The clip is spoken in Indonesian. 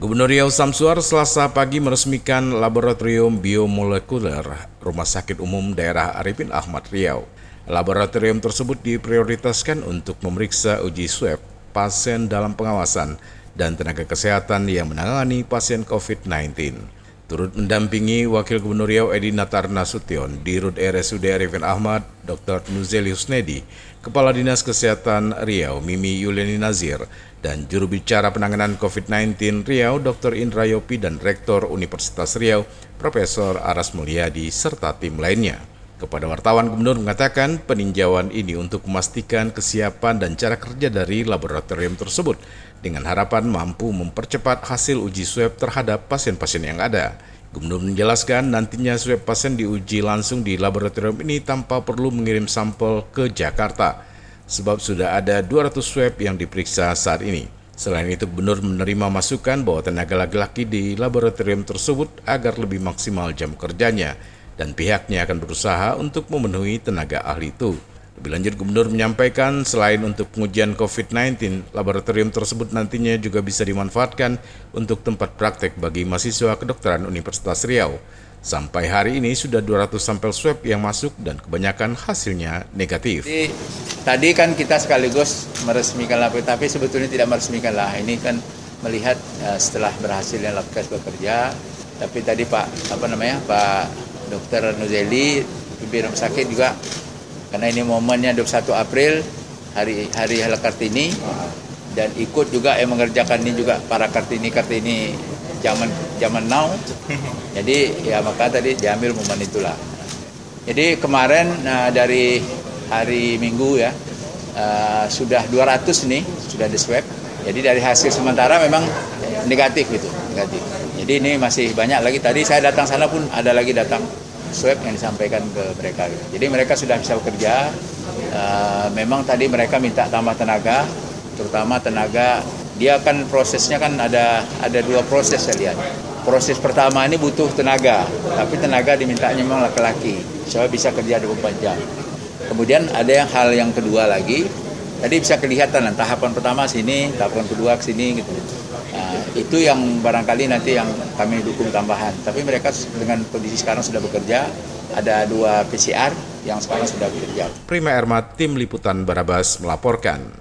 Gubernur Riau Samsuar Selasa pagi meresmikan Laboratorium Biomolekuler Rumah Sakit Umum Daerah Arifin Ahmad Riau. Laboratorium tersebut diprioritaskan untuk memeriksa uji swab pasien dalam pengawasan dan tenaga kesehatan yang menangani pasien COVID-19. Turut mendampingi Wakil Gubernur Riau Edi Natar Nasution, Dirut RSUD Arifin Ahmad, Dr. Nuzeli Husnedi, Kepala Dinas Kesehatan Riau Mimi Yuliani Nazir, dan juru bicara penanganan COVID-19 Riau Dr. Indra Yopi dan Rektor Universitas Riau Profesor Aras Mulyadi serta tim lainnya. Kepada wartawan, Gubernur mengatakan peninjauan ini untuk memastikan kesiapan dan cara kerja dari laboratorium tersebut dengan harapan mampu mempercepat hasil uji swab terhadap pasien-pasien yang ada. Gubernur menjelaskan nantinya swab pasien diuji langsung di laboratorium ini tanpa perlu mengirim sampel ke Jakarta, sebab sudah ada 200 swab yang diperiksa saat ini. Selain itu, Gubernur menerima masukan bahwa tenaga laki-laki di laboratorium tersebut agar lebih maksimal jam kerjanya, dan pihaknya akan berusaha untuk memenuhi tenaga ahli itu. Lebih lanjut, Gubernur menyampaikan selain untuk pengujian COVID-19, laboratorium tersebut nantinya juga bisa dimanfaatkan untuk tempat praktek bagi mahasiswa kedokteran Universitas Riau. Sampai hari ini sudah 200 sampel swab yang masuk dan kebanyakan hasilnya negatif. Jadi, tadi kan kita sekaligus meresmikan laboratorium, tapi sebetulnya tidak meresmikan lah. Ini kan melihat setelah berhasilnya Labkes bekerja, tapi tadi Pak Dr. Nuzeli, Bibir Rumah Sakit juga, karena ini momennya 21 April, hari Hala Kartini, dan ikut juga yang mengerjakan ini juga para Kartini zaman now. Jadi ya maka tadi diambil momen itulah. Jadi kemarin dari hari Minggu ya sudah 200 nih sudah di swab. Jadi dari hasil sementara memang negatif gitu, negatif. Jadi ini masih banyak lagi. Tadi saya datang sana pun ada lagi datang swab yang disampaikan ke mereka. Gitu. Jadi mereka sudah bisa bekerja. Memang tadi mereka minta tambah tenaga, terutama tenaga. Dia kan prosesnya kan ada 2 proses saya lihat. Proses pertama ini butuh tenaga, tapi tenaga dimintanya memang laki-laki, supaya bisa kerja 24 jam. Kemudian ada hal yang kedua lagi, tadi bisa kelihatan tahapan pertama sini, tahapan kedua ke sini gitu. Itu yang barangkali nanti yang kami dukung tambahan. Tapi mereka dengan kondisi sekarang sudah bekerja, ada 2 PCR yang sekarang sudah bekerja. Prima Erma, Tim Liputan Barabas melaporkan.